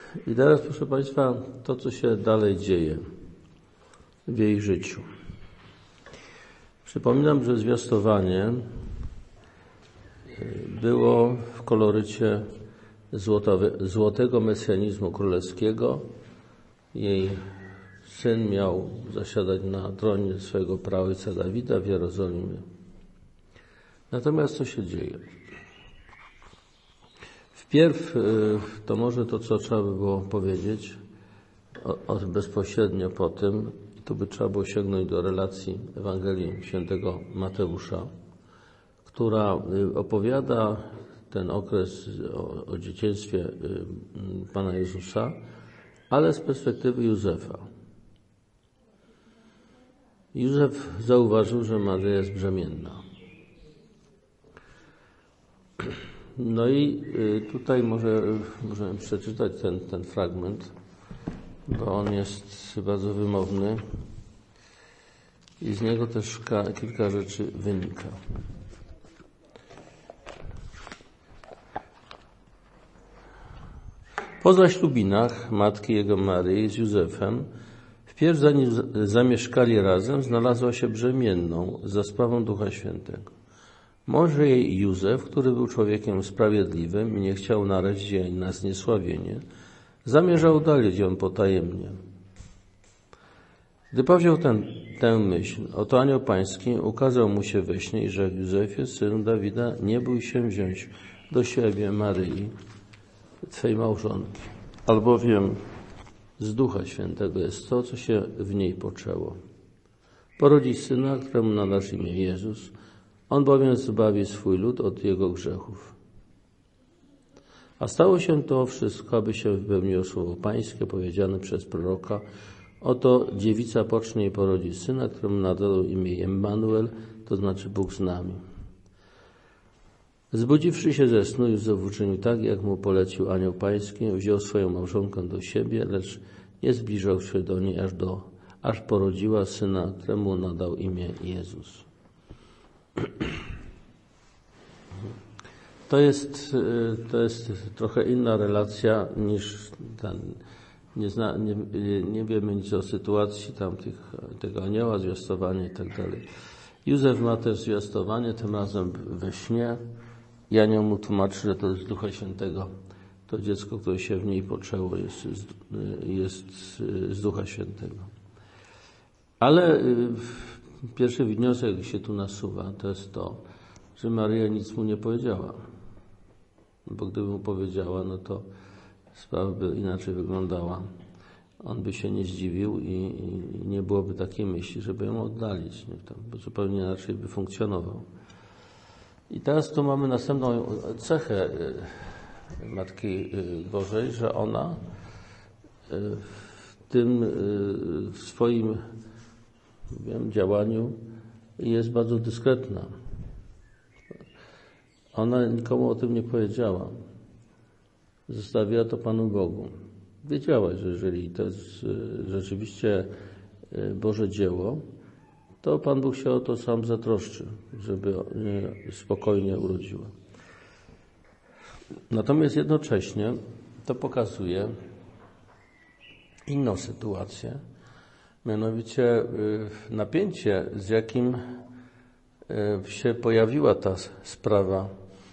I teraz, proszę Państwa, to, co się dalej dzieje w jej życiu. Przypominam, że zwiastowanie było w kolorycie złotego mesjanizmu królewskiego. Jej syn miał zasiadać na tronie swojego praojca Dawida w Jerozolimie. Natomiast co się dzieje? Wpierw to może to, co trzeba by było powiedzieć bezpośrednio po tym, tu by trzeba było sięgnąć do relacji Ewangelii Świętego Mateusza, która opowiada ten okres o dzieciństwie Pana Jezusa, ale z perspektywy Józefa. Józef zauważył, że Maryja jest brzemienna. No i tutaj możemy przeczytać ten fragment, bo on jest bardzo wymowny i z niego też kilka rzeczy wynika. Po zaślubinach matki jego Maryi z Józefem, wpierw zanim zamieszkali razem, znalazła się brzemienną za sprawą Ducha Świętego. Mąż jej Józef, który był człowiekiem sprawiedliwym i nie chciał narazić jej na zniesławienie, zamierzał udalić ją potajemnie. Gdy powziął tę myśl, oto anioł pański ukazał mu się we śnie i rzekł: Józefie, synu Dawida, nie bój się wziąć do siebie Maryi, twej małżonki, albowiem z Ducha Świętego jest to, co się w niej poczęło. Porodzi syna, któremu nadasz imię Jezus, on bowiem zbawi swój lud od jego grzechów. A stało się to wszystko, aby się wypełniło słowo pańskie powiedziane przez proroka: oto dziewica pocznie i porodzi syna, któremu nadano imię Emmanuel, to znaczy Bóg z nami. Zbudziwszy się ze snu, Józef uczynił tak, jak mu polecił anioł pański, wziął swoją małżonkę do siebie, lecz nie zbliżał się do niej, aż porodziła syna, któremu nadał imię Jezus. To jest trochę inna relacja niż nie wiemy nic o sytuacji tego anioła, zwiastowania i tak dalej. Józef ma też zwiastowanie, tym razem we śnie. I anioł mu tłumaczy, że to jest Ducha Świętego. To dziecko, które się w niej poczęło, jest z Ducha Świętego. Ale pierwszy wniosek, jaki się tu nasuwa, to jest to, że Maryja nic mu nie powiedziała. Bo gdyby mu powiedziała, no to sprawa by inaczej wyglądała. On by się nie zdziwił i nie byłoby takiej myśli, żeby ją oddalić. Bo zupełnie inaczej by funkcjonował. I teraz tu mamy następną cechę Matki Bożej, że ona w tym swoim działaniu jest bardzo dyskretna. Ona nikomu o tym nie powiedziała. Zostawiła to Panu Bogu. Wiedziała, że jeżeli to jest rzeczywiście Boże dzieło, to Pan Bóg się o to sam zatroszczy, żeby spokojnie urodziła. Natomiast jednocześnie to pokazuje inną sytuację, mianowicie napięcie, z jakim się pojawiła ta sprawa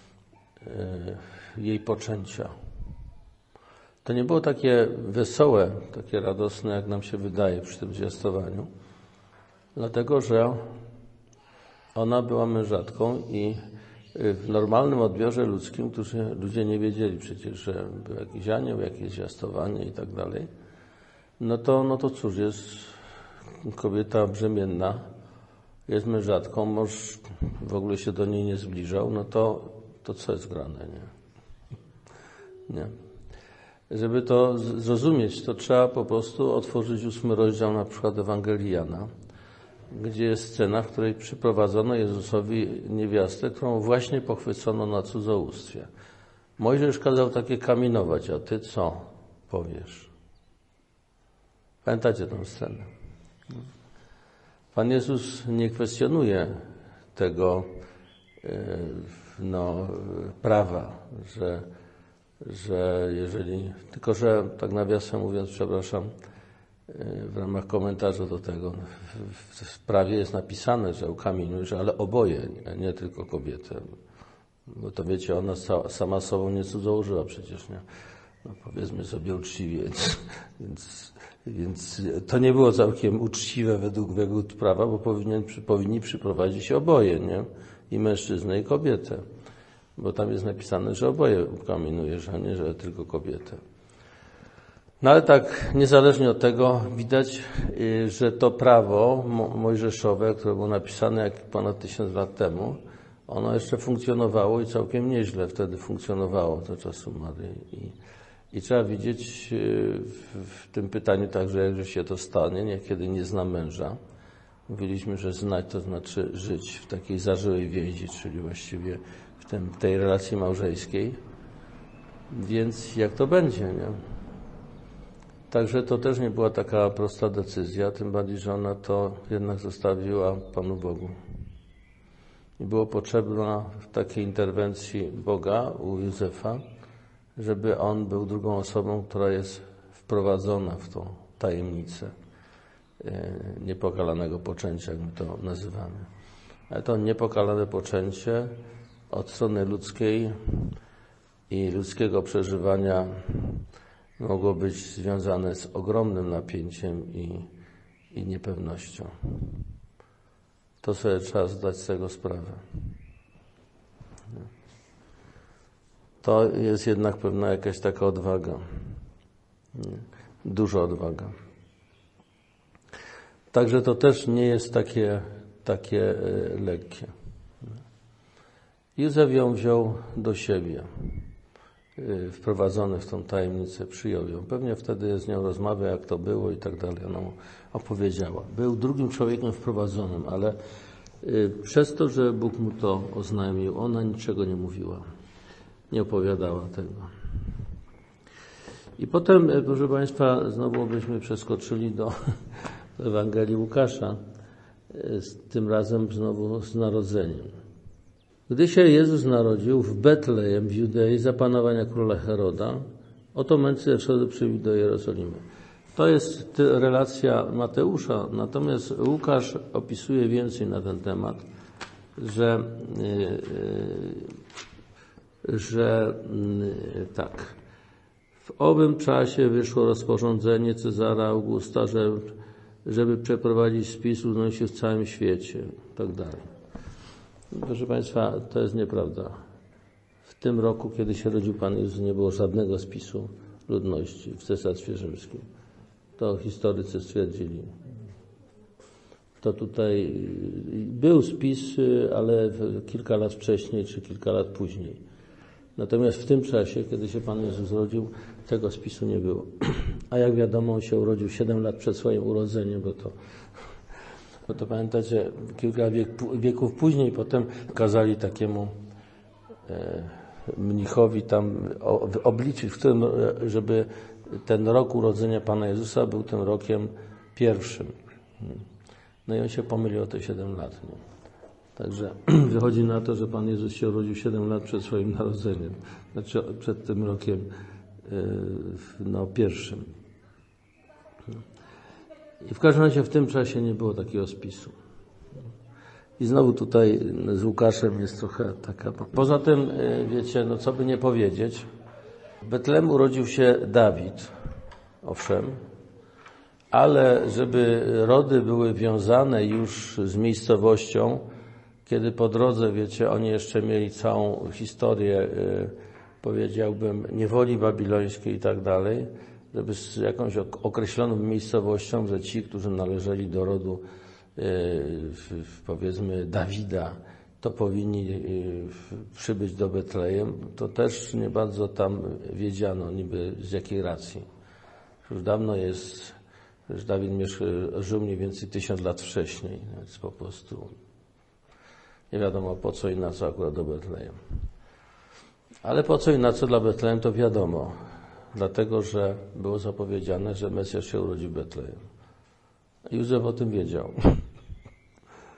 jej poczęcia. To nie było takie wesołe, takie radosne, jak nam się wydaje przy tym zwiastowaniu, dlatego że ona była mężatką i w normalnym odbiorze ludzkim, ludzie nie wiedzieli przecież, że był jakiś anioł, jakieś zwiastowanie i tak dalej, no to cóż, jest kobieta brzemienna, jest mężatką, mąż w ogóle się do niej nie zbliżał, no to co jest grane, nie? Żeby to zrozumieć, to trzeba po prostu otworzyć 8 rozdział na przykład Ewangelii Jana, gdzie jest scena, w której przyprowadzono Jezusowi niewiastę, którą właśnie pochwycono na cudzołóstwie. Mojżesz kazał takie kamienować, a ty co powiesz? Pamiętacie tę scenę? Pan Jezus nie kwestionuje tego prawa, że że jeżeli, tylko że tak nawiasem mówiąc, przepraszam, w ramach komentarza do tego, w prawie jest napisane, że ukamienujesz, ale oboje, nie tylko kobietę. Bo to wiecie, ona sama sobą nie cudzołożyła przecież, nie? No powiedzmy sobie uczciwie, więc to nie było całkiem uczciwe według prawa, bo powinni przyprowadzić oboje, nie? I mężczyznę, i kobietę. Bo tam jest napisane, że oboje ukamienujesz, a nie, że tylko kobietę. No ale tak, niezależnie od tego, widać, że to prawo mojżeszowe, które było napisane jak ponad 1000 lat temu, ono jeszcze funkcjonowało i całkiem nieźle wtedy funkcjonowało do czasu Maryi. I trzeba widzieć w tym pytaniu także, jak się to stanie, niekiedy nie zna męża. Mówiliśmy, że znać to znaczy żyć w takiej zażyłej więzi, czyli właściwie w tej relacji małżeńskiej. Więc jak to będzie, nie? Także to też nie była taka prosta decyzja, tym bardziej, że ona to jednak zostawiła Panu Bogu. I było potrzebna w takiej interwencji Boga u Józefa, żeby on był drugą osobą, która jest wprowadzona w tą tajemnicę niepokalanego poczęcia, jak my to nazywamy. Ale to niepokalane poczęcie od strony ludzkiej i ludzkiego przeżywania mogło być związane z ogromnym napięciem i niepewnością. To sobie trzeba zdać z tego sprawę. To jest jednak pewna jakaś taka odwaga. Duża odwaga. Także to też nie jest takie lekkie. Józef ją wziął do siebie. Wprowadzony w tą tajemnicę, przyjął ją. Pewnie wtedy z nią rozmawiał, jak to było i tak dalej. Ona mu opowiedziała. Był drugim człowiekiem wprowadzonym, ale przez to, że Bóg mu to oznajmił, ona niczego nie mówiła. Nie opowiadała tego. I potem, proszę Państwa, znowu byśmy przeskoczyli do Ewangelii Łukasza, tym razem znowu z narodzeniem. Gdy się Jezus narodził w Betlejem w Judei za panowania króla Heroda, oto mędrcy Efrody przybyli do Jerozolimy. To jest relacja Mateusza, natomiast Łukasz opisuje więcej na ten temat, że tak. W owym czasie wyszło rozporządzenie Cezara Augusta, żeby przeprowadzić spis ludności w całym świecie i tak dalej. Proszę Państwa, to jest nieprawda. W tym roku, kiedy się rodził Pan Jezus, nie było żadnego spisu ludności w Cesarstwie Rzymskim. To historycy stwierdzili. To tutaj był spis, ale kilka lat wcześniej czy kilka lat później. Natomiast w tym czasie, kiedy się Pan Jezus rodził, tego spisu nie było. A jak wiadomo, on się urodził 7 lat przed swoim urodzeniem, bo to pamiętacie, kilka wieków później potem kazali takiemu mnichowi tam obliczyć, w którym, żeby ten rok urodzenia Pana Jezusa był tym rokiem pierwszym. No i on się pomylił o te 7 lat. Nie? Także wychodzi na to, że Pan Jezus się urodził 7 lat przed swoim narodzeniem. Znaczy przed tym rokiem pierwszym. I w każdym razie w tym czasie nie było takiego spisu. I znowu tutaj z Łukaszem jest trochę taka... Poza tym, wiecie, no co by nie powiedzieć, w Betlem urodził się Dawid, owszem, ale żeby rody były wiązane już z miejscowością, kiedy po drodze, wiecie, oni jeszcze mieli całą historię, powiedziałbym, niewoli babilońskiej i tak dalej, żeby z jakąś określoną miejscowością, że ci, którzy należeli do rodu, powiedzmy, Dawida, to powinni przybyć do Betlejem, to też nie bardzo tam wiedziano niby z jakiej racji. Już dawno jest, że Dawid żył mniej więcej 1000 lat wcześniej, więc po prostu nie wiadomo po co i na co akurat do Betlejem. Ale po co i na co dla Betlejem to wiadomo. Dlatego, że było zapowiedziane, że Mesjasz się urodzi w Betlejem. Józef o tym wiedział.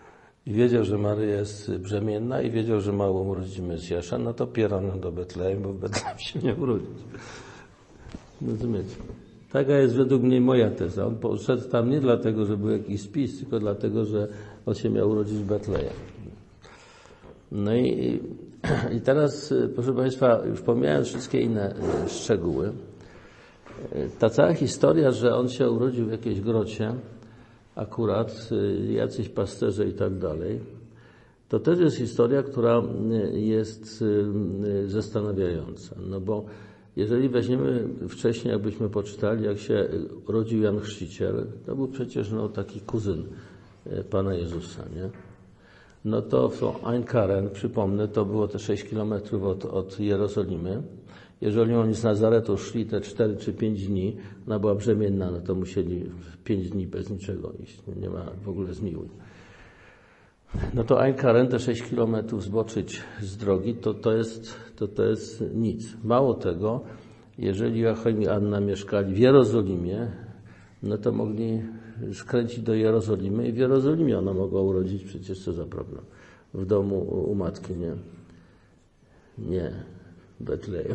i wiedział, że Maryja jest brzemienna i wiedział, że ma urodzić Mesjasza, no to pierał ją do Betlejem, bo w Betlejem się nie urodzić. Rozumiecie? Taka jest według mnie moja teza. On poszedł tam nie dlatego, że był jakiś spis, tylko dlatego, że on się miał urodzić w Betlejem. No i teraz, proszę Państwa, już pomijając wszystkie inne szczegóły, ta cała historia, że on się urodził w jakiejś grocie, akurat jacyś pasterze i tak dalej, to też jest historia, która jest zastanawiająca. No bo jeżeli weźmiemy wcześniej, jakbyśmy poczytali, jak się urodził Jan Chrzciciel, to był przecież taki kuzyn Pana Jezusa, nie? No to Ein Karen, przypomnę, to było te 6 kilometrów od Jerozolimy. Jeżeli oni z Nazaretu szli te 4 czy 5 dni, ona była brzemienna, no to musieli 5 dni bez niczego iść. Nie ma w ogóle zmiłuj. No to Ein Karen, te 6 kilometrów zboczyć z drogi, to jest nic. Mało tego, jeżeli Joachim i Anna mieszkali w Jerozolimie, no to mogli skręcić do Jerozolimy i w Jerozolimie ona mogła urodzić, przecież co za problem. W domu u matki, nie? Nie, w Betlejem.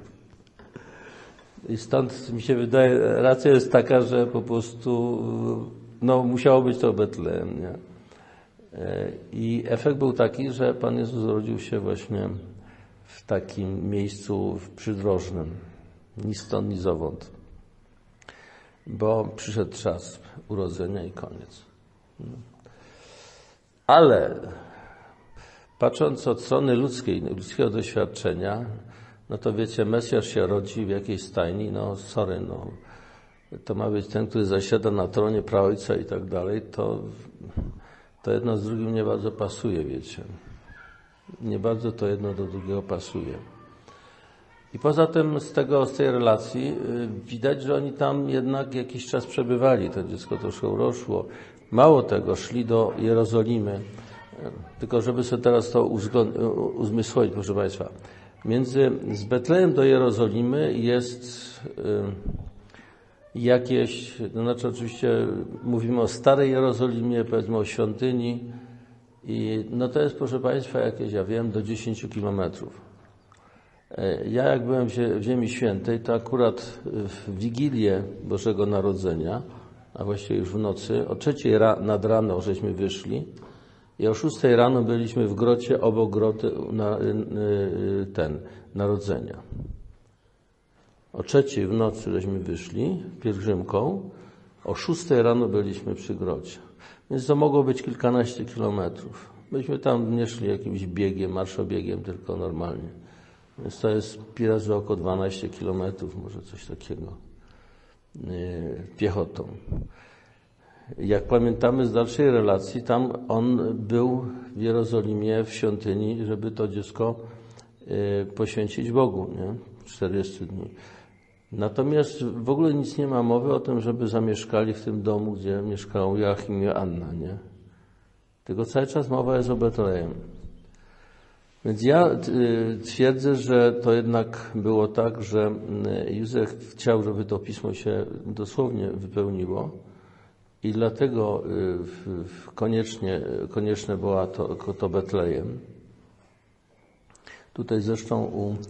I stąd mi się wydaje, racja jest taka, że po prostu musiało być to Betlejem, nie? I efekt był taki, że Pan Jezus urodził się właśnie w takim miejscu przydrożnym, ni stąd, ni zowąd. Bo przyszedł czas urodzenia i koniec. Ale patrząc od strony ludzkiej, ludzkiego doświadczenia, no to wiecie, Mesjasz się rodzi w jakiejś stajni, to ma być ten, który zasiada na tronie praojca i tak dalej, to jedno z drugim nie bardzo pasuje, wiecie. Nie bardzo to jedno do drugiego pasuje. I poza tym z tej relacji widać, że oni tam jednak jakiś czas przebywali. To dziecko troszkę urosło. Mało tego, szli do Jerozolimy. Tylko żeby sobie teraz to uzmysłowić, proszę Państwa. Z Betlejem do Jerozolimy jest jakieś, znaczy oczywiście mówimy o starej Jerozolimie, powiedzmy o świątyni i to jest, proszę Państwa, jakieś, ja wiem, do 10 kilometrów. Ja jak byłem w Ziemi Świętej, to akurat w Wigilię Bożego Narodzenia, a właściwie już w nocy, o 3 nad raną żeśmy wyszli i o 6 rano byliśmy w grocie obok groty Narodzenia. O 3 w nocy żeśmy wyszli pielgrzymką, o 6 rano byliśmy przy grocie. Więc to mogło być kilkanaście kilometrów. Myśmy tam nie szli jakimś biegiem, marszobiegiem, tylko normalnie. Więc to jest pi razy około 12 kilometrów, może coś takiego, piechotą. Jak pamiętamy z dalszej relacji, tam on był w Jerozolimie, w świątyni, żeby to dziecko poświęcić Bogu, nie? 40 dni. Natomiast w ogóle nic nie ma mowy o tym, żeby zamieszkali w tym domu, gdzie mieszkał Joachim i Anna, nie? Tylko cały czas mowa jest o Betlejem. Więc ja twierdzę, że to jednak było tak, że Józef chciał, żeby to pismo się dosłownie wypełniło i dlatego konieczne była to Betlejem. Tutaj zresztą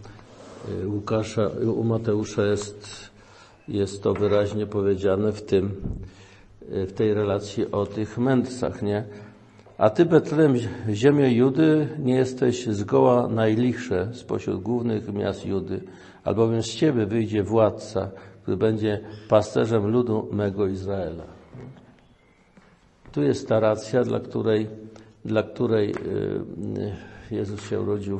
u Mateusza jest to wyraźnie powiedziane w tej relacji o tych mędrcach, nie? A ty, Betlejem, ziemio Judy, nie jesteś zgoła najlichsze spośród głównych miast Judy, albowiem z ciebie wyjdzie władca, który będzie pasterzem ludu mego Izraela. Tu jest ta racja, dla której Jezus się urodził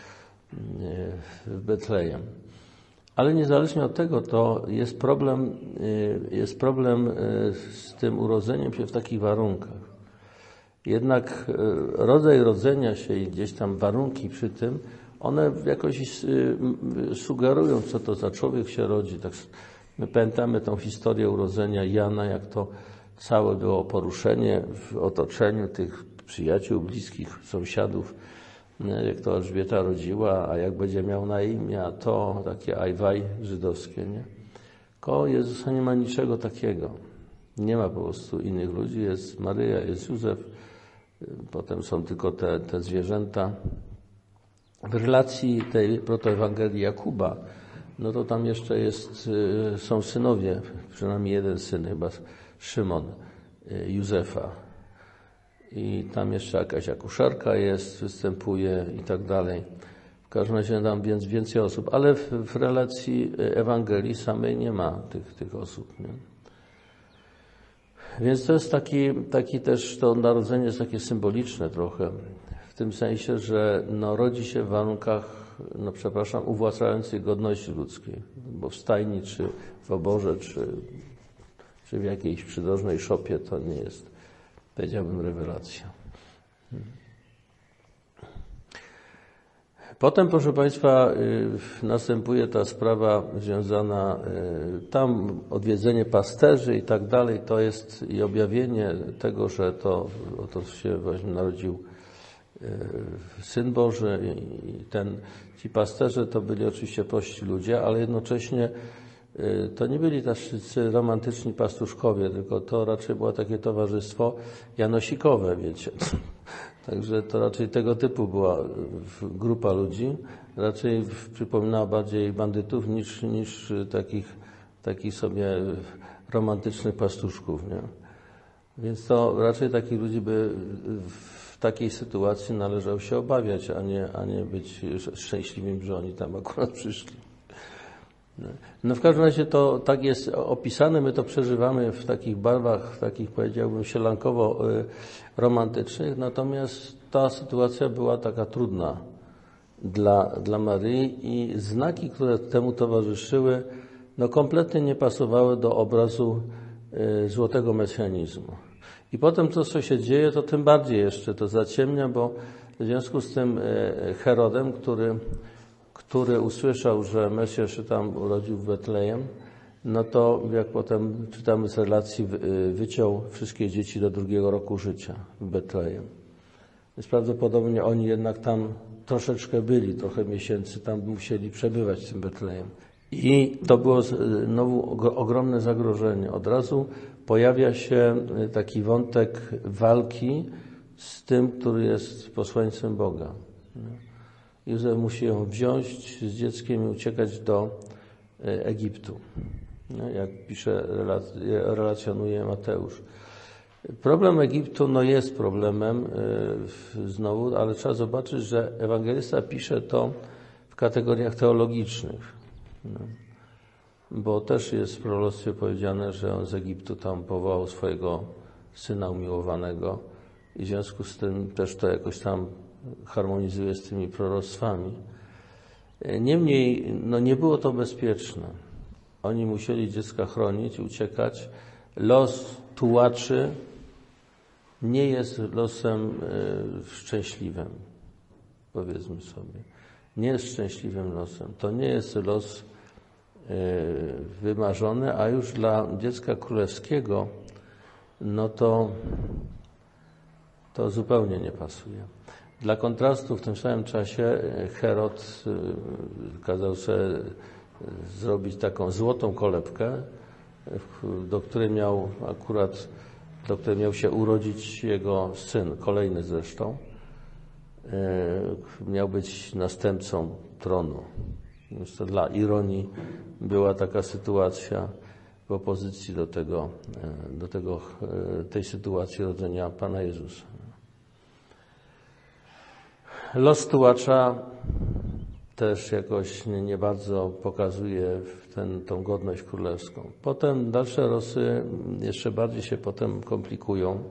w Betlejem. Ale niezależnie od tego, to jest problem z tym urodzeniem się w takich warunkach. Jednak rodzaj rodzenia się i gdzieś tam warunki przy tym, one jakoś sugerują, co to za człowiek się rodzi. Tak, my pamiętamy tą historię urodzenia Jana, jak to całe było poruszenie w otoczeniu tych przyjaciół, bliskich, sąsiadów, jak to Elżbieta rodziła, a jak będzie miał na imię, a to takie ajwaj żydowskie, nie? Koło Jezusa nie ma niczego takiego. Nie ma po prostu innych ludzi. Jest Maryja, jest Józef, potem są tylko te zwierzęta. W relacji tej protoewangelii Jakuba, no to tam jeszcze są synowie, przynajmniej jeden syn chyba, Szymon, Józefa. I tam jeszcze jakaś akuszerka występuje i tak dalej. W każdym razie tam więcej osób, ale w relacji Ewangelii samej nie ma tych osób. Nie? Więc to jest taki też, to narodzenie jest takie symboliczne trochę, w tym sensie, że rodzi się w warunkach, uwłaczających godności ludzkiej, bo w stajni, czy w oborze, czy w jakiejś przydrożnej szopie to nie jest, powiedziałbym, rewelacja. Potem, proszę Państwa, następuje ta sprawa związana, tam odwiedzenie pasterzy i tak dalej, to jest i objawienie tego, że to się właśnie narodził Syn Boży i ci pasterze to byli oczywiście prości ludzie, ale jednocześnie to nie byli tacy romantyczni pastuszkowie, tylko to raczej było takie towarzystwo janosikowe, wiecie. Także to raczej tego typu była grupa ludzi. Raczej przypominała bardziej bandytów niż takich sobie romantycznych pastuszków, nie? Więc to raczej takich ludzi by w takiej sytuacji należało się obawiać, a nie być szczęśliwym, że oni tam akurat przyszli. No w każdym razie to tak jest opisane, my to przeżywamy w takich barwach, takich powiedziałbym sielankowo-romantycznych, natomiast ta sytuacja była taka trudna dla Maryi i znaki, które temu towarzyszyły, kompletnie nie pasowały do obrazu złotego mesjanizmu. I potem to, co się dzieje, to tym bardziej jeszcze to zaciemnia, bo w związku z tym Herodem, który usłyszał, że Mesjasz się tam urodził w Betlejem, no to jak potem czytamy z relacji, wyciął wszystkie dzieci do 2. roku życia w Betlejem. Więc prawdopodobnie oni jednak tam troszeczkę byli, trochę miesięcy tam musieli przebywać w tym Betlejem. I to było znowu ogromne zagrożenie. Od razu pojawia się taki wątek walki z tym, który jest posłańcem Boga. Józef musi ją wziąć z dzieckiem i uciekać do Egiptu, jak relacjonuje Mateusz. Problem Egiptu jest problemem znowu, ale trzeba zobaczyć, że ewangelista pisze to w kategoriach teologicznych, bo też jest w proroctwie powiedziane, że on z Egiptu tam powołał swojego syna umiłowanego i w związku z tym też to jakoś tam harmonizuje z tymi proroctwami. Niemniej, nie było to bezpieczne. Oni musieli dziecka chronić, uciekać. Los tułaczy nie jest losem szczęśliwym, powiedzmy sobie. Nie jest szczęśliwym losem. To nie jest los wymarzony, a już dla dziecka królewskiego, to zupełnie nie pasuje. Dla kontrastu w tym samym czasie Herod kazał sobie zrobić taką złotą kolebkę, do której miał się urodzić jego syn, kolejny zresztą. Miał być następcą tronu. Więc to dla ironii była taka sytuacja w opozycji do tej sytuacji rodzenia Pana Jezusa. Los tułacza też jakoś nie bardzo pokazuje tą godność królewską. Potem dalsze losy jeszcze bardziej się potem komplikują.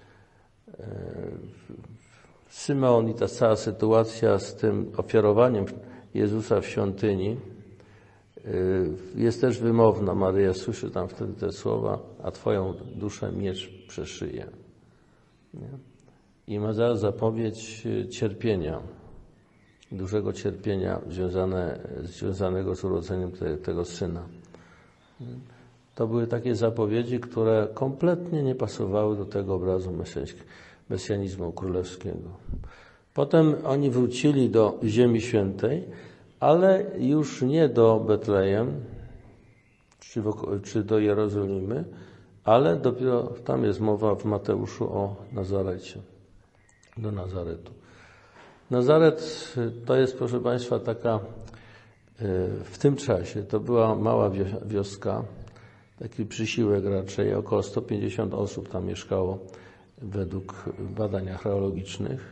Symeon i ta cała sytuacja z tym ofiarowaniem Jezusa w świątyni jest też wymowna. Maryja słyszy tam wtedy te słowa, a Twoją duszę miecz przeszyje. Nie? I ma zaraz zapowiedź cierpienia, dużego cierpienia związanego z urodzeniem tego syna. To były takie zapowiedzi, które kompletnie nie pasowały do tego obrazu mesjanizmu królewskiego. Potem oni wrócili do Ziemi Świętej, ale już nie do Betlejem czy do Jerozolimy, ale dopiero tam jest mowa w Mateuszu o Nazarecie. do Nazaretu. Nazaret to jest, proszę Państwa, taka w tym czasie to była mała wioska, taki przysiłek raczej, około 150 osób tam mieszkało według badań archeologicznych.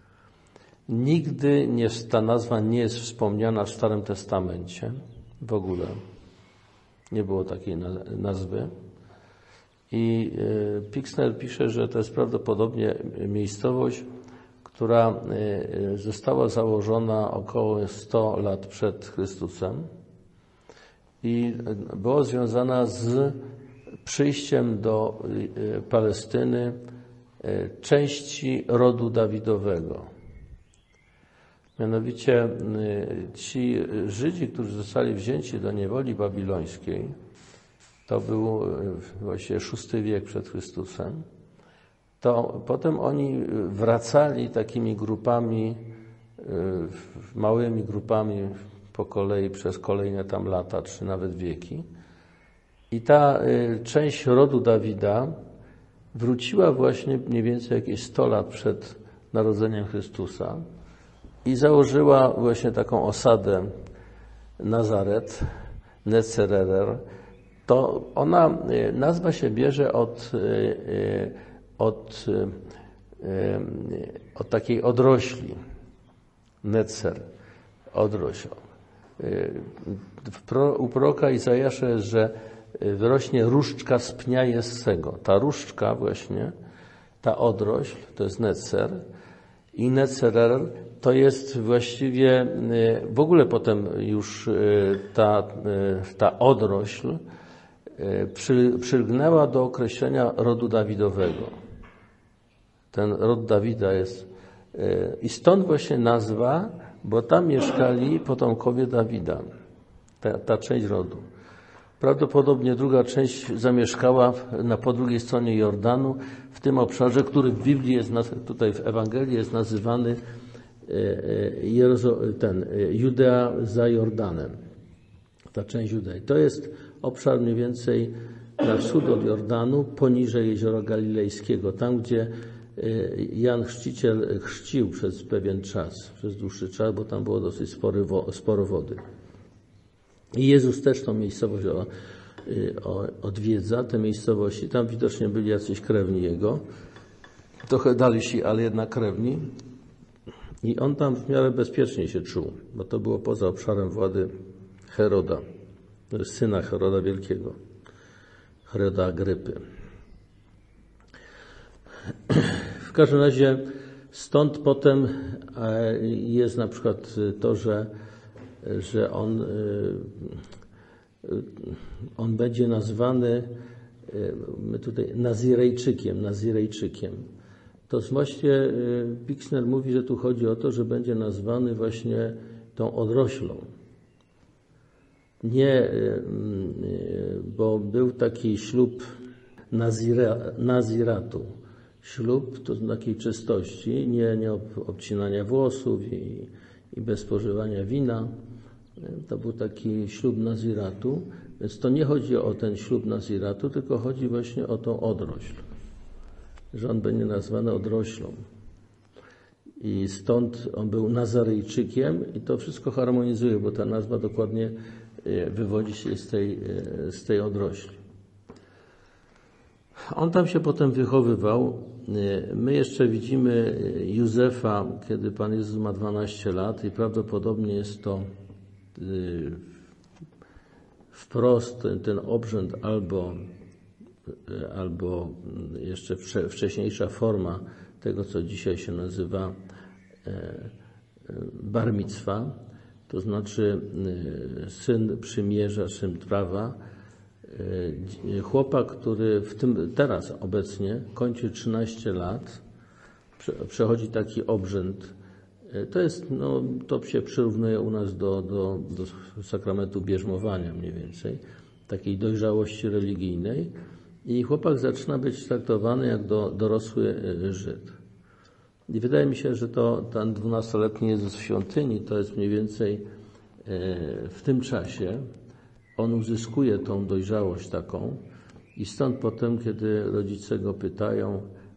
Nigdy ta nazwa nie jest wspomniana w Starym Testamencie w ogóle. Nie było takiej nazwy. I Pixner pisze, że to jest prawdopodobnie miejscowość, która została założona około 100 lat przed Chrystusem i była związana z przyjściem do Palestyny części rodu Dawidowego. Mianowicie ci Żydzi, którzy zostali wzięci do niewoli babilońskiej, to był właściwie VI wiek przed Chrystusem, to potem oni wracali takimi grupami, małymi grupami po kolei przez kolejne tam lata, czy nawet wieki. I ta część rodu Dawida wróciła właśnie mniej więcej jakieś 100 lat przed narodzeniem Chrystusa i założyła właśnie taką osadę Nazaret, Netzererer. To ona, nazwa się bierze od takiej odrośli, Netzer, odrośl. U proroka Izajasza jest, że wyrośnie różdżka z pnia Jessego. Ta różdżka właśnie, ta odrośl, to jest Netzer i Netzerer to jest właściwie, w ogóle potem już ta odrośl przylgnęła do określenia rodu Dawidowego. Ten rod Dawida jest i stąd właśnie nazwa, bo tam mieszkali potomkowie Dawida, ta część rodu. Prawdopodobnie druga część zamieszkała po drugiej stronie Jordanu, w tym obszarze, który w Biblii jest, tutaj w Ewangelii jest nazywany Judea za Jordanem. Ta część Judei. To jest obszar mniej więcej na wschód od Jordanu, poniżej Jeziora Galilejskiego, tam gdzie Jan Chrzciciel chrzcił przez pewien czas, przez dłuższy czas, bo tam było dosyć sporo wody. I Jezus też tą miejscowość odwiedza, te miejscowości. Tam widocznie byli jacyś krewni Jego, trochę dalsi, ale jednak krewni. I on tam w miarę bezpiecznie się czuł, bo to było poza obszarem władzy Heroda, syna Heroda Wielkiego, Heroda Agrypy. W każdym razie stąd potem jest na przykład to, że on będzie nazwany tutaj Nazirejczykiem. To właściwie Pixner mówi, że tu chodzi o to, że będzie nazwany właśnie tą odroślą. Nie, bo był taki ślub naziratu. Ślub to takiej czystości, nie obcinania włosów i bez spożywania wina. To był taki ślub naziratu, więc to nie chodzi o ten ślub naziratu, tylko chodzi właśnie o tą odrośl, że on będzie nazwany odroślą. I stąd on był Nazarejczykiem i to wszystko harmonizuje, bo ta nazwa dokładnie wywodzi się z tej odrośli. On tam się potem wychowywał. My jeszcze widzimy Józefa, kiedy Pan Jezus ma 12 lat i prawdopodobnie jest to wprost ten obrzęd albo jeszcze wcześniejsza forma tego, co dzisiaj się nazywa bar micwa, to znaczy syn przymierza, syn prawa. Chłopak, który teraz obecnie kończy 13 lat, przechodzi taki obrzęd. To się przyrównuje u nas do sakramentu bierzmowania mniej więcej, takiej dojrzałości religijnej i chłopak zaczyna być traktowany jak dorosły Żyd. I wydaje mi się, że ten 12-letni Jezus w świątyni to jest mniej więcej w tym czasie on uzyskuje tą dojrzałość taką i stąd potem, kiedy rodzice go pytają,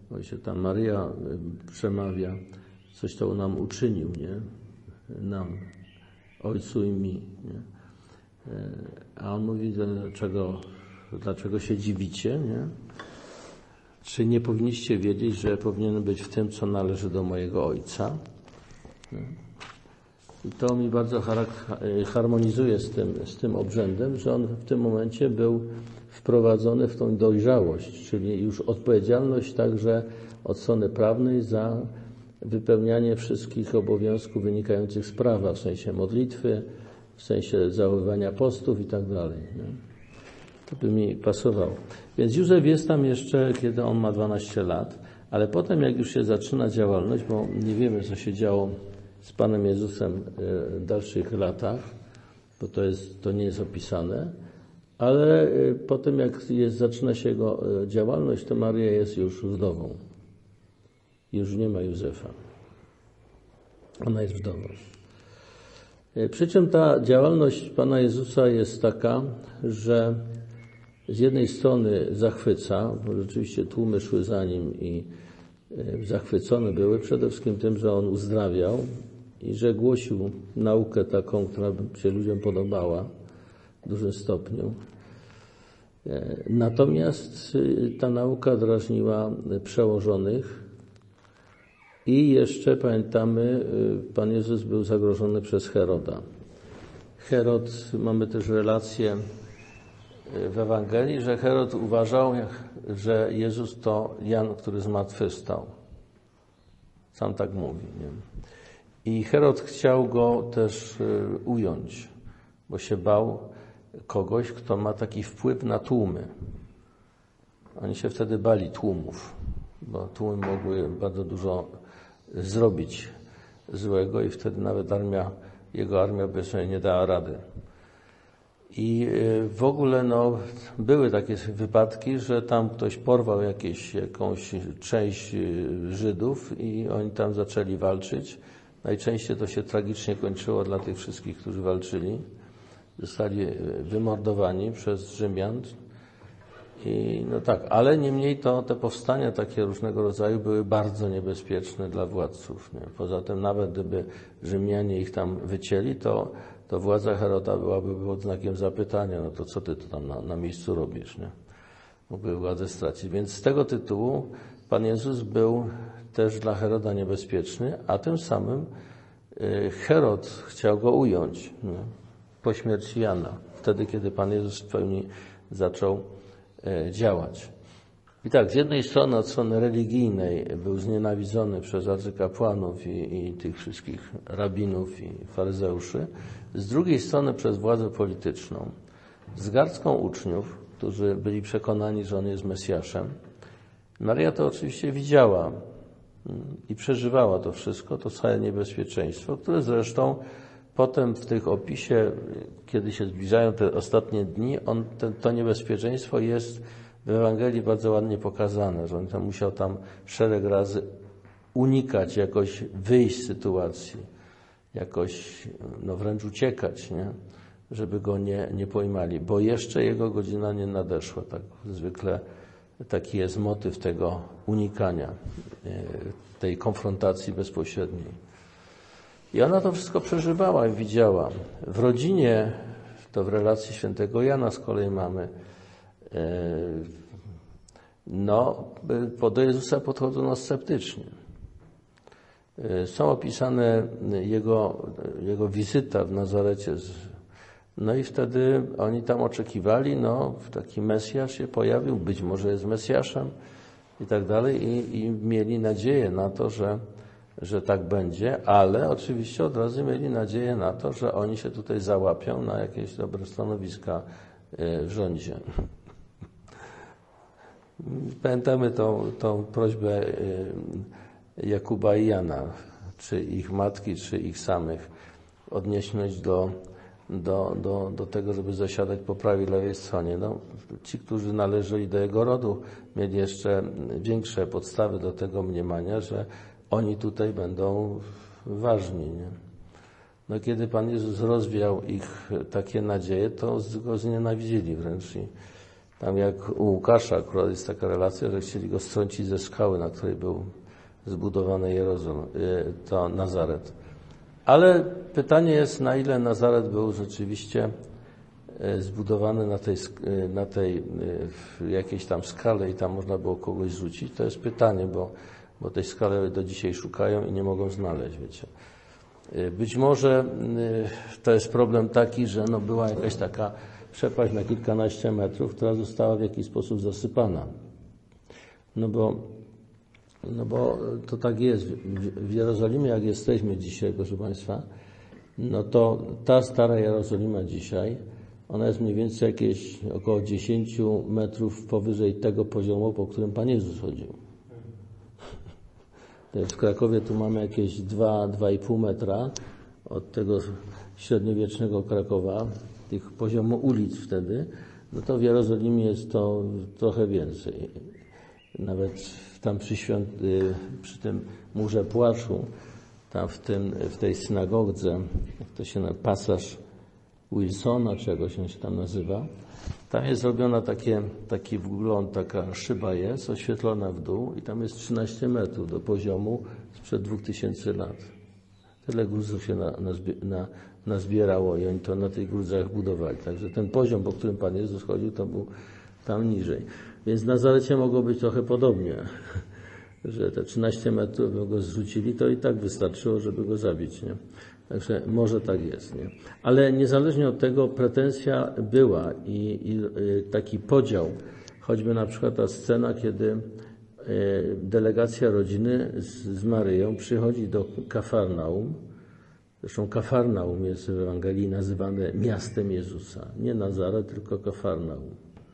Właśnie ta Maryja przemawia, coś to nam uczynił, nie? Nam, Ojcu i mi, nie? A on mówi, dlaczego się dziwicie, nie? Czy nie powinniście wiedzieć, że powinienem być w tym, co należy do mojego Ojca? Nie? I to mi bardzo harmonizuje z tym obrzędem, że on w tym momencie był wprowadzony w tą dojrzałość, czyli już odpowiedzialność także od strony prawnej za wypełnianie wszystkich obowiązków wynikających z prawa, w sensie modlitwy, w sensie zachowywania postów i tak dalej. To by mi pasowało. Więc Józef jest tam jeszcze, kiedy on ma 12 lat, ale potem jak już się zaczyna działalność, bo nie wiemy, co się działo z Panem Jezusem w dalszych latach, bo to nie jest opisane, ale potem jak zaczyna się jego działalność, to Maryja jest już wdową. Już nie ma Józefa. Ona jest wdową. Przy czym ta działalność Pana Jezusa jest taka, że z jednej strony zachwyca, bo rzeczywiście tłumy szły za nim i zachwycone były przede wszystkim tym, że on uzdrawiał i że głosił naukę taką, która się ludziom podobała w dużym stopniu. Natomiast ta nauka drażniła przełożonych i jeszcze pamiętamy, Pan Jezus był zagrożony przez Heroda. Herod, mamy też relację w Ewangelii, że Herod uważał, że Jezus to Jan, który zmartwychwstał. Sam tak mówi. Nie? I Herod chciał go też ująć, bo się bał kogoś, kto ma taki wpływ na tłumy. Oni się wtedy bali tłumów, bo tłumy mogły bardzo dużo zrobić złego i wtedy nawet jego armia by sobie nie dała rady. I w ogóle były takie wypadki, że tam ktoś porwał jakąś część Żydów i oni tam zaczęli walczyć. Najczęściej to się tragicznie kończyło dla tych wszystkich, którzy walczyli. Zostali wymordowani przez Rzymian. I ale niemniej te powstania takie różnego rodzaju były bardzo niebezpieczne dla władców. Nie? Poza tym nawet gdyby Rzymianie ich tam wycięli, to władza Heroda byłaby pod znakiem zapytania, to co ty to tam na miejscu robisz, nie? Mógłby władzę stracić. Więc z tego tytułu Pan Jezus był też dla Heroda niebezpieczny, a tym samym Herod chciał go ująć, nie? Po śmierci Jana, wtedy kiedy Pan Jezus w pełni zaczął działać. I tak, z jednej strony od strony religijnej był znienawidzony przez arcykapłanów i tych wszystkich rabinów i faryzeuszy, z drugiej strony przez władzę polityczną, z garstką uczniów, którzy byli przekonani, że on jest Mesjaszem. Maryja to oczywiście widziała i przeżywała to wszystko, to całe niebezpieczeństwo, które zresztą potem w tych opisie, kiedy się zbliżają te ostatnie dni, to niebezpieczeństwo jest w Ewangelii bardzo ładnie pokazane, że on musiał szereg razy unikać, jakoś wyjść z sytuacji, jakoś wręcz uciekać, nie? Żeby go nie pojmali, bo jeszcze jego godzina nie nadeszła. Tak zwykle taki jest motyw tego unikania, tej konfrontacji bezpośredniej. I ona to wszystko przeżywała i widziała. W rodzinie, to w relacji świętego Jana z kolei mamy, do Jezusa podchodzono sceptycznie. Są opisane jego wizyta w Nazarecie. I wtedy oni tam oczekiwali, taki Mesjasz się pojawił, być może jest Mesjaszem i tak dalej i mieli nadzieję na to, że tak będzie, ale oczywiście od razu mieli nadzieję na to, że oni się tutaj załapią na jakieś dobre stanowiska w rządzie. Pamiętamy tą prośbę Jakuba i Jana, czy ich matki, czy ich samych, odnieśność do tego, żeby zasiadać po prawej i lewej stronie. Ci, którzy należeli do jego rodu, mieli jeszcze większe podstawy do tego mniemania, że oni tutaj będą ważni. Nie? Kiedy Pan Jezus rozwiał ich takie nadzieje, to go znienawidzili wręcz Tam jak u Łukasza akurat jest taka relacja, że chcieli go strącić ze skały, na której był zbudowany to Nazaret. Ale pytanie jest, na ile Nazaret był rzeczywiście zbudowany na tej jakiejś tam skale i tam można było kogoś rzucić. To jest pytanie, bo tej skale do dzisiaj szukają i nie mogą znaleźć, wiecie. Być może to jest problem taki, że była jakaś taka przepaść na kilkanaście metrów, która została w jakiś sposób zasypana. No bo to tak jest. W Jerozolimie, jak jesteśmy dzisiaj, proszę Państwa, no to ta stara Jerozolima dzisiaj, ona jest mniej więcej jakieś około 10 metrów powyżej tego poziomu, po którym Pan Jezus chodził. W Krakowie tu mamy jakieś 2,5 metra od tego średniowiecznego Krakowa, tych poziomu ulic wtedy, no to w Jerozolimie jest to trochę więcej. Nawet tam przy tym murze płaczu, tam w tej synagodze, jak to się nazywa, pasaż Wilsona, czy jakoś on się tam nazywa, tam jest zrobiona taki wgląd, taka szyba jest oświetlona w dół i tam jest 13 metrów do poziomu sprzed 2000 lat. Tyle gruzów się nazbierało i oni to na tych gruzach budowali. Także ten poziom, po którym Pan Jezus chodził, to był tam niżej. Więc w Nazarecie mogło być trochę podobnie, że te 13 metrów by go zrzucili, to i tak wystarczyło, żeby go zabić, nie? Także może tak jest, nie? Ale niezależnie od tego pretensja była i taki podział, choćby na przykład ta scena, kiedy delegacja rodziny z Maryją przychodzi do Kafarnaum. Zresztą Kafarnaum jest w Ewangelii nazywane miastem Jezusa. Nie Nazaret, tylko Kafarnaum.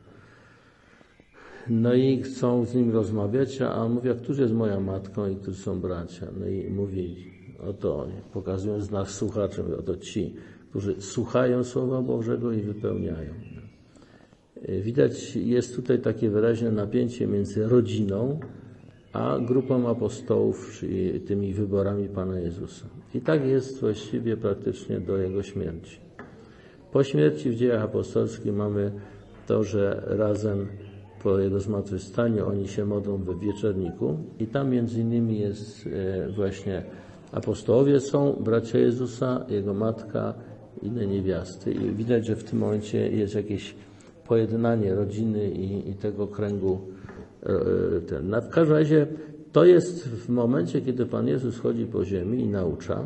No i chcą z nim rozmawiać, a on mówi, a któż jest moja matką i którzy są bracia? No i mówi, oto, pokazując znak słuchaczy, mówi, oto ci, którzy słuchają Słowa Bożego i wypełniają. Widać, jest tutaj takie wyraźne napięcie między rodziną a grupą apostołów, czyli tymi wyborami Pana Jezusa. I tak jest właściwie praktycznie do Jego śmierci. Po śmierci w Dziejach Apostolskich mamy to, że razem po Jego zmartwychwstaniu oni się modlą we wieczorniku i tam między innymi jest właśnie apostołowie są, bracia Jezusa, Jego matka, inne niewiasty. I widać, że w tym momencie jest jakieś pojednanie rodziny i tego kręgu. W każdym razie to jest w momencie, kiedy Pan Jezus chodzi po ziemi i naucza.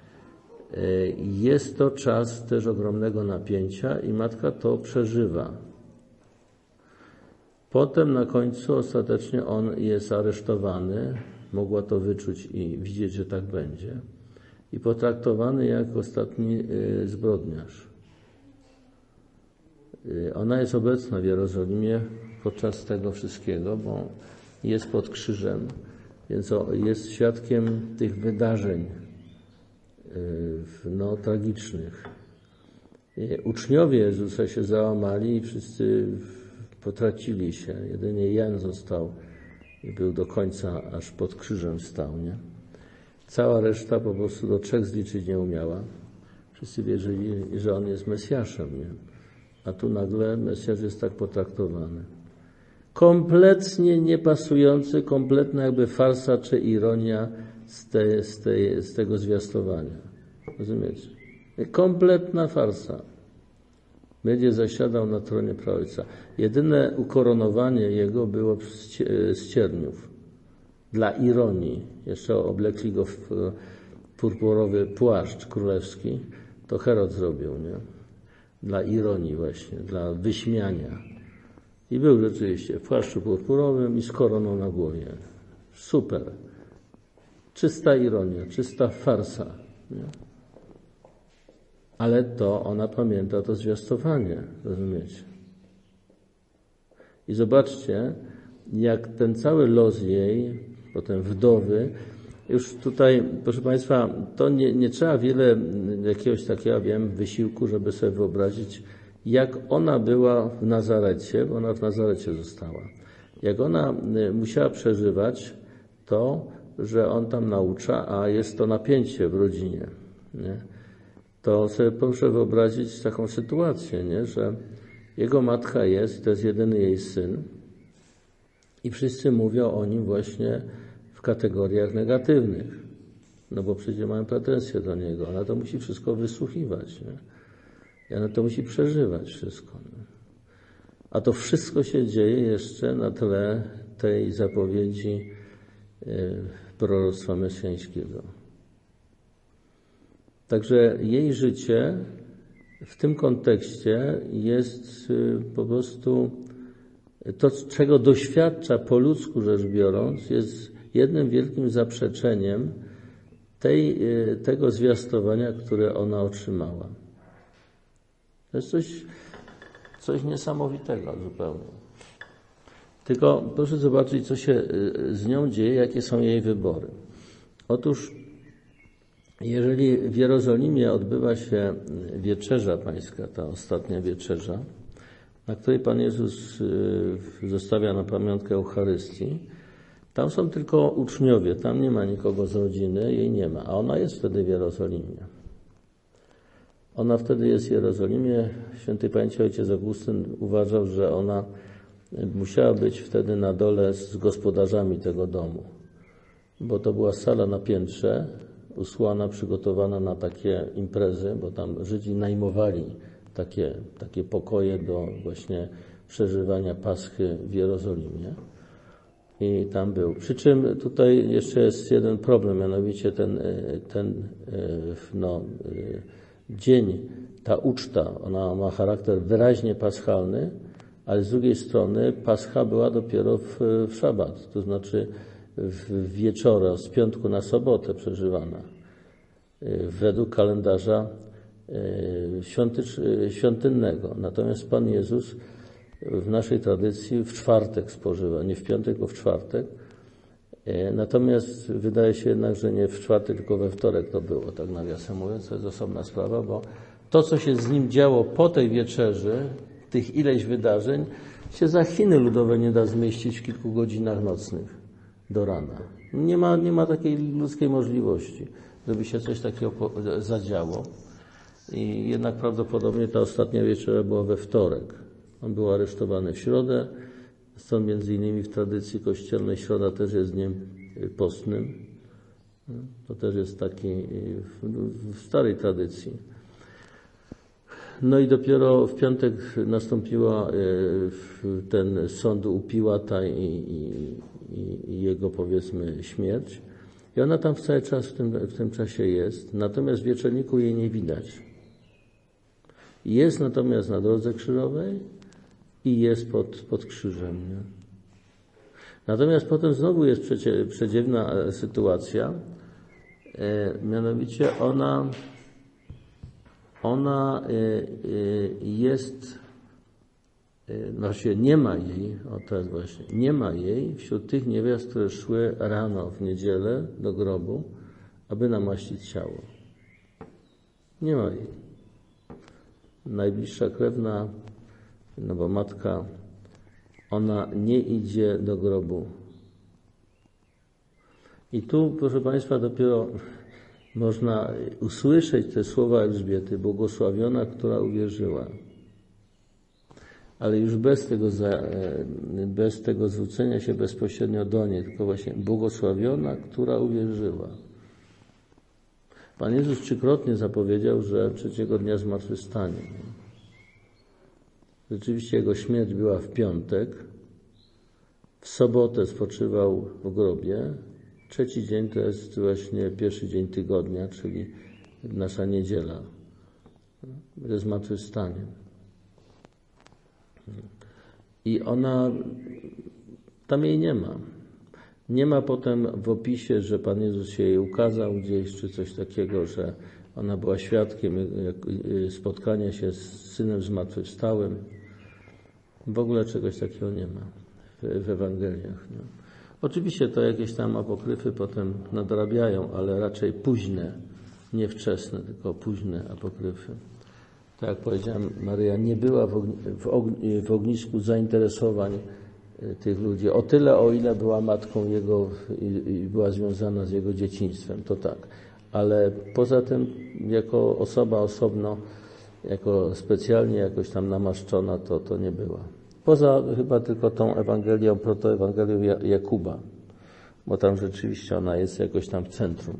Jest to czas też ogromnego napięcia i matka to przeżywa. Potem na końcu ostatecznie on jest aresztowany, mogła to wyczuć i widzieć, że tak będzie, i potraktowany jak ostatni zbrodniarz. Ona jest obecna w Jerozolimie podczas tego wszystkiego, bo jest pod krzyżem, więc jest świadkiem tych wydarzeń tragicznych. Uczniowie Jezusa się załamali i wszyscy potracili się. Jedynie Jan został i był do końca, aż pod krzyżem stał, nie? Cała reszta po prostu do 3 zliczyć nie umiała. Wszyscy wierzyli, że on jest Mesjaszem, nie? A tu nagle Mesjasz jest tak potraktowany. Kompletnie niepasujący, kompletna jakby farsa czy ironia z tego zwiastowania. Rozumiecie? Kompletna farsa. Będzie zasiadał na tronie praojca. Jedyne ukoronowanie jego było z cierniów. Dla ironii. Jeszcze oblekli go w purpurowy płaszcz królewski. To Herod zrobił, nie? Dla ironii właśnie, dla wyśmiania. I był rzeczywiście w płaszczu purpurowym i z koroną na głowie. Super. Czysta ironia, czysta farsa. Nie? Ale to ona pamięta to zwiastowanie, rozumiecie? I zobaczcie, jak ten cały los jej, potem wdowy, już tutaj, proszę Państwa, to nie trzeba wiele jakiegoś takiego, wysiłku, żeby sobie wyobrazić, jak ona była w Nazarecie, bo ona w Nazarecie została. Jak ona musiała przeżywać to, że on tam naucza, a jest to napięcie w rodzinie, nie? To sobie proszę wyobrazić taką sytuację, nie? Że Jego matka jest, to jest jedyny jej syn i wszyscy mówią o nim właśnie w kategoriach negatywnych, no bo przecież mają pretensje do niego, ona to musi wszystko wysłuchiwać, nie? I ona to musi przeżywać wszystko. Nie? A to wszystko się dzieje jeszcze na tle tej zapowiedzi proroctwa mesjańskiego. Także jej życie w tym kontekście jest po prostu to, czego doświadcza po ludzku rzecz biorąc, jest jednym wielkim zaprzeczeniem tego zwiastowania, które ona otrzymała. To jest coś niesamowitego zupełnie. Tylko proszę zobaczyć, co się z nią dzieje, jakie są jej wybory. Otóż, jeżeli w Jerozolimie odbywa się wieczerza pańska, ta ostatnia wieczerza, na której Pan Jezus zostawia na pamiątkę Eucharystii, tam są tylko uczniowie, tam nie ma nikogo z rodziny, jej nie ma, a ona jest wtedy w Jerozolimie. Ona wtedy jest w Jerozolimie. Świętej pamięci ojciec Augustyn uważał, że ona musiała być wtedy na dole z gospodarzami tego domu, bo to była sala na piętrze, usłana, przygotowana na takie imprezy, bo tam Żydzi najmowali takie pokoje do właśnie przeżywania Paschy w Jerozolimie. I tam był. Przy czym tutaj jeszcze jest jeden problem, mianowicie ten dzień, ta uczta, ona ma charakter wyraźnie paschalny, ale z drugiej strony Pascha była dopiero w szabat, to znaczy w wieczorę, z piątku na sobotę przeżywana. Według kalendarza świątynnego. Natomiast Pan Jezus w naszej tradycji w czwartek spożywa, nie w piątek, tylko w czwartek. Natomiast wydaje się jednak, że nie w czwartek, tylko we wtorek to było, tak nawiasem mówiąc, to jest osobna sprawa, bo to, co się z nim działo po tej wieczerzy, tych ileś wydarzeń, się za Chiny ludowe nie da zmieścić w kilku godzinach nocnych do rana. Nie ma takiej ludzkiej możliwości, żeby się coś takiego zadziało. I jednak prawdopodobnie ta ostatnia wieczera była we wtorek. On był aresztowany w środę, stąd między innymi w tradycji kościelnej środa też jest dniem postnym. To też jest taki w starej tradycji. No i dopiero w piątek nastąpiła ten sąd u Piłata i jego, powiedzmy, śmierć. I ona tam cały czas w tym czasie jest, natomiast w wieczorniku jej nie widać. Jest natomiast na drodze krzyżowej i jest pod krzyżem. Nie? Natomiast potem znowu jest przedziwna sytuacja, mianowicie ona jest, nie ma jej, to jest właśnie, nie ma jej wśród tych niewiast, które szły rano w niedzielę do grobu, aby namaścić ciało. Nie ma jej. Najbliższa krewna, no bo matka, ona nie idzie do grobu. I tu, proszę Państwa, dopiero można usłyszeć te słowa Elżbiety, błogosławiona, która uwierzyła. Ale już bez tego zwrócenia się bezpośrednio do niej, tylko właśnie błogosławiona, która uwierzyła. Pan Jezus trzykrotnie zapowiedział, że trzeciego dnia zmartwychwstanie. Rzeczywiście jego śmierć była w piątek, w sobotę spoczywał w grobie, trzeci dzień to jest właśnie pierwszy dzień tygodnia, czyli nasza niedziela, ze zmartwychwstaniem. I tam jej nie ma. Nie ma potem w opisie, że Pan Jezus się jej ukazał gdzieś, czy coś takiego, że ona była świadkiem spotkania się z Synem zmartwychwstałym. W ogóle czegoś takiego nie ma w Ewangeliach. Nie? Oczywiście to jakieś tam apokryfy potem nadrabiają, ale raczej późne, nie wczesne, tylko późne apokryfy. Tak jak powiedziałem, Maryja nie była w ognisku zainteresowań tych ludzi. O tyle, o ile była matką jego i była związana z jego dzieciństwem, to tak. Ale poza tym, jako osoba osobno, jako specjalnie jakoś tam namaszczona, to nie była. Poza chyba tylko tą Ewangelią, protoewangelią Jakuba, bo tam rzeczywiście ona jest jakoś tam w centrum.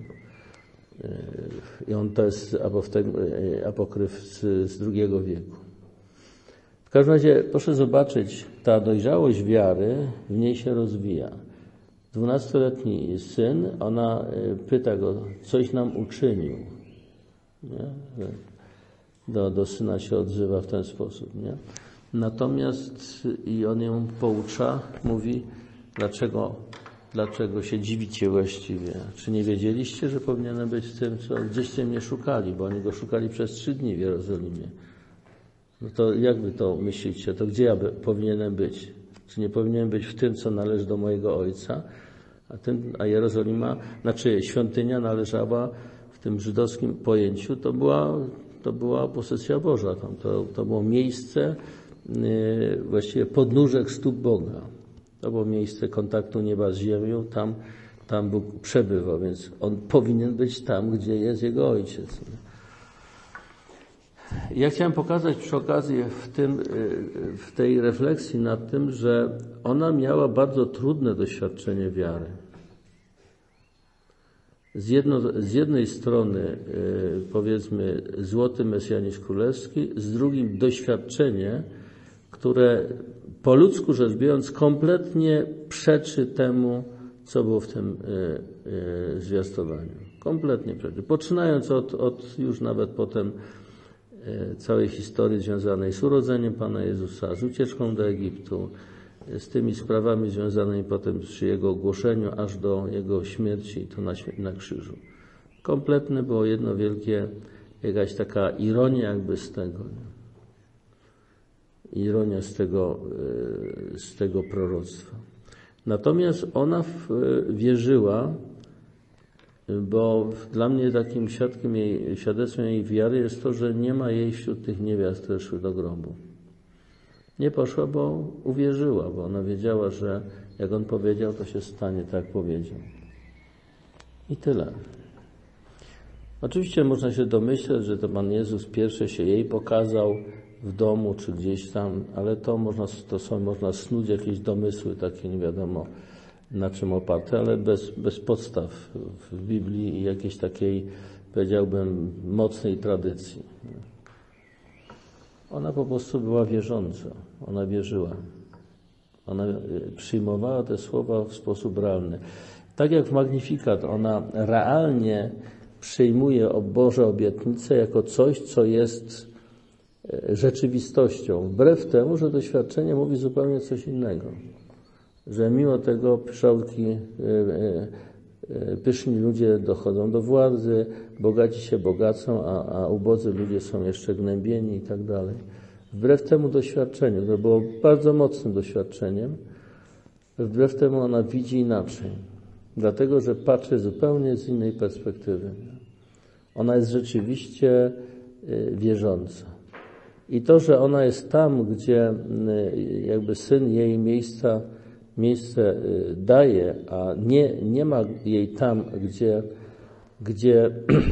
I on to jest apokryf z II wieku. W każdym razie proszę zobaczyć, ta dojrzałość wiary w niej się rozwija. 12-letni syn, ona pyta go, coś nam uczynił. Nie? Do syna się odzywa w ten sposób. Nie? Natomiast i on ją poucza, mówi, dlaczego się dziwicie właściwie? Czy nie wiedzieliście, że powinienem być w tym, co gdzieście mnie szukali, bo oni go szukali przez 3 dni w Jerozolimie. No to jak wy to myślicie? To gdzie ja powinienem być? Czy nie powinienem być w tym, co należy do mojego Ojca? A Jerozolima, świątynia należała w tym żydowskim pojęciu, to była posesja Boża. To było miejsce, właściwie podnóżek stóp Boga. To było miejsce kontaktu nieba z ziemią, tam Bóg przebywał, więc on powinien być tam, gdzie jest jego Ojciec. Ja chciałem pokazać przy okazji w tej refleksji nad tym, że ona miała bardzo trudne doświadczenie wiary. Z jednej strony powiedzmy złoty mesjanizm królewski, z drugim doświadczenie, które po ludzku rzecz biorąc kompletnie przeczy temu, co było w tym zwiastowaniu. Kompletnie przeczy. Poczynając od już nawet potem całej historii związanej z urodzeniem Pana Jezusa, z ucieczką do Egiptu, z tymi sprawami związanymi potem przy Jego ogłoszeniu, aż do Jego śmierci, to na krzyżu. Kompletne było jedno wielkie, jakaś taka ironia jakby z tego. Ironia z tego proroctwa. Natomiast ona wierzyła, bo dla mnie takim świadectwem jej wiary jest to, że nie ma jej wśród tych niewiast, które szły do grobu. Nie poszła, bo uwierzyła, bo ona wiedziała, że jak on powiedział, to się stanie tak, jak powiedział. I tyle. Oczywiście można się domyśleć, że to Pan Jezus pierwszy się jej pokazał w domu czy gdzieś tam, ale można snuć jakieś domysły takie, nie wiadomo na czym oparte, ale bez podstaw w Biblii i jakiejś takiej, powiedziałbym, mocnej tradycji. Ona po prostu była wierząca. Ona wierzyła. Ona przyjmowała te słowa w sposób realny. Tak jak w Magnificat, ona realnie przyjmuje Boże obietnice jako coś, co jest rzeczywistością. Wbrew temu, że doświadczenie mówi zupełnie coś innego. Że mimo tego pyszni ludzie dochodzą do władzy, bogaci się bogacą, a ubodzy ludzie są jeszcze gnębieni i tak dalej. Wbrew temu doświadczeniu, to było bardzo mocnym doświadczeniem, wbrew temu ona widzi inaczej. Dlatego, że patrzy zupełnie z innej perspektywy. Ona jest rzeczywiście wierząca. I to, że ona jest tam, gdzie jakby Syn jej miejsce daje, a nie ma jej tam, gdzie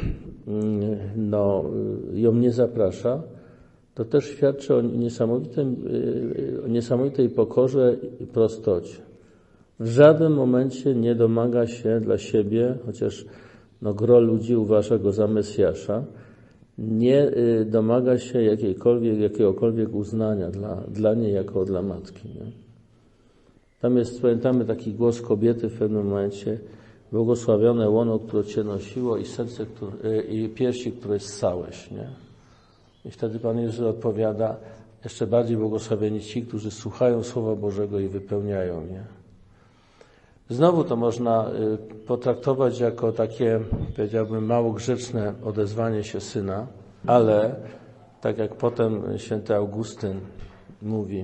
ją nie zaprasza, to też świadczy o niesamowitej pokorze i prostocie. W żadnym momencie nie domaga się dla siebie, chociaż gro ludzi uważa go za Mesjasza, nie domaga się jakiegokolwiek uznania dla niej jako dla matki. Nie? Tam jest, pamiętamy, taki głos kobiety w pewnym momencie: błogosławione łono, które Cię nosiło i serce, i piersi, które ssałeś. Nie? I wtedy Pan Jezus odpowiada: jeszcze bardziej błogosławieni ci, którzy słuchają Słowa Bożego i wypełniają je. Znowu to można potraktować jako takie, powiedziałbym, mało grzeczne odezwanie się Syna, ale tak jak potem święty Augustyn mówi,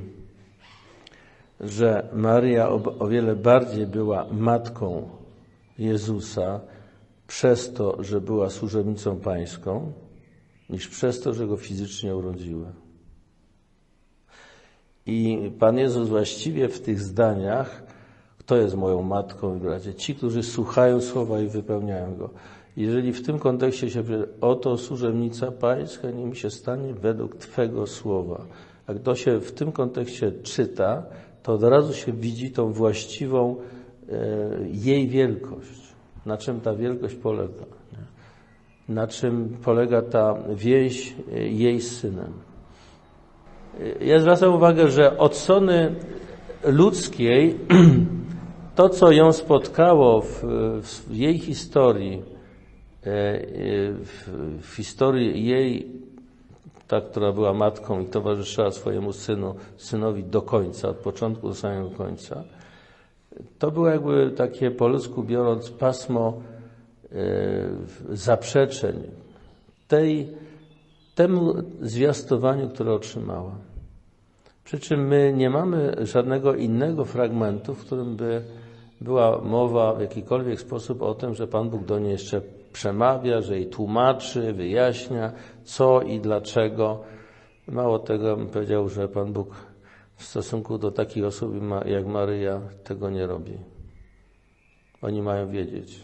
że Maryja o wiele bardziej była matką Jezusa przez to, że była służebnicą pańską, niż przez to, że go fizycznie urodziła. I Pan Jezus właściwie w tych zdaniach: kto jest moją matką i bracie? Ci, którzy słuchają słowa i wypełniają go. Jeżeli w tym kontekście się powie, oto służebnica Pańska, niech mi się stanie według Twego słowa. A kto się w tym kontekście czyta, to od razu się widzi tą właściwą jej wielkość. Na czym ta wielkość polega? Na czym polega ta więź jej z Synem? Ja zwracam uwagę, że od strony ludzkiej to, co ją spotkało w jej historii, w historii jej, ta, która była matką i towarzyszyła swojemu synowi do końca, od początku do samego końca, to było jakby takie po ludzku biorąc pasmo zaprzeczeń temu zwiastowaniu, które otrzymała. Przy czym my nie mamy żadnego innego fragmentu, w którym by była mowa w jakikolwiek sposób o tym, że Pan Bóg do niej jeszcze przemawia, że jej tłumaczy, wyjaśnia, co i dlaczego. Mało tego, bym powiedział, że Pan Bóg w stosunku do takich osób jak Maryja tego nie robi. Oni mają wiedzieć.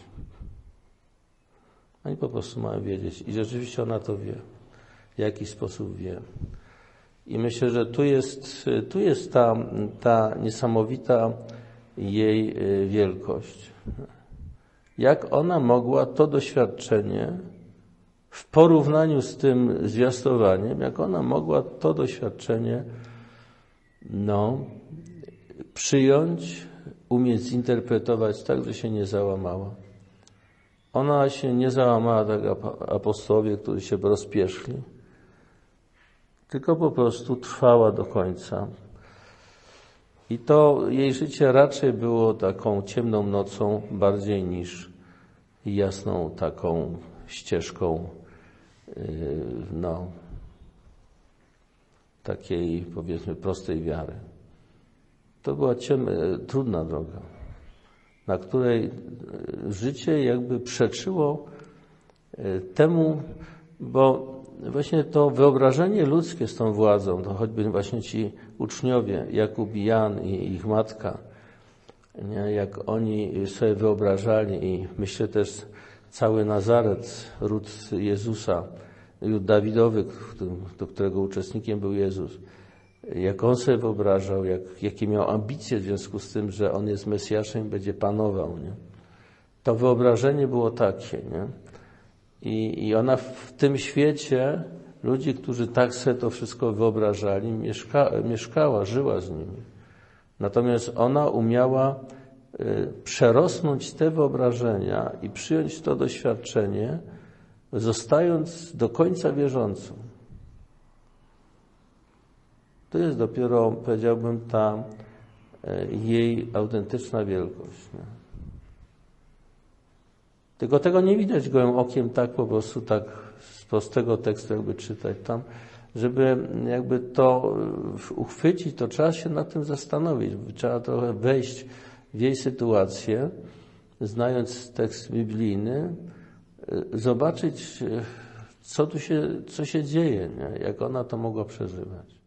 Oni po prostu mają wiedzieć. I rzeczywiście ona to wie. W jaki sposób wie. I myślę, że tu jest ta niesamowita jej wielkość. Jak ona mogła to doświadczenie w porównaniu z tym zwiastowaniem, jak ona mogła to doświadczenie przyjąć, umieć zinterpretować tak, że się nie załamała. Ona się nie załamała tak jak apostołowie, którzy się rozpieszli, tylko po prostu trwała do końca. I to jej życie raczej było taką ciemną nocą bardziej niż jasną taką ścieżką takiej powiedzmy prostej wiary. To była trudna droga, na której życie jakby przeczyło temu, bo właśnie to wyobrażenie ludzkie z tą władzą, to choćby właśnie ci uczniowie, Jakub i Jan i ich matka, nie, jak oni sobie wyobrażali i myślę też cały Nazaret, ród Jezusa, ród Dawidowy, do którego uczestnikiem był Jezus, jak on sobie wyobrażał, jakie miał ambicje w związku z tym, że on jest Mesjaszem i będzie panował. Nie? To wyobrażenie było takie, nie? I ona w tym świecie ludzi, którzy tak sobie to wszystko wyobrażali, mieszkała, żyła z nimi. Natomiast ona umiała przerosnąć te wyobrażenia i przyjąć to doświadczenie, zostając do końca wierzącą. To jest dopiero, powiedziałbym, ta jej autentyczna wielkość. Nie? Tylko tego nie widać gołym okiem tak po prostu, tak z prostego tekstu jakby czytać tam. Żeby jakby to uchwycić, to trzeba się nad tym zastanowić. Trzeba trochę wejść w jej sytuację, znając tekst biblijny, zobaczyć, co się dzieje, nie? Jak ona to mogła przeżywać.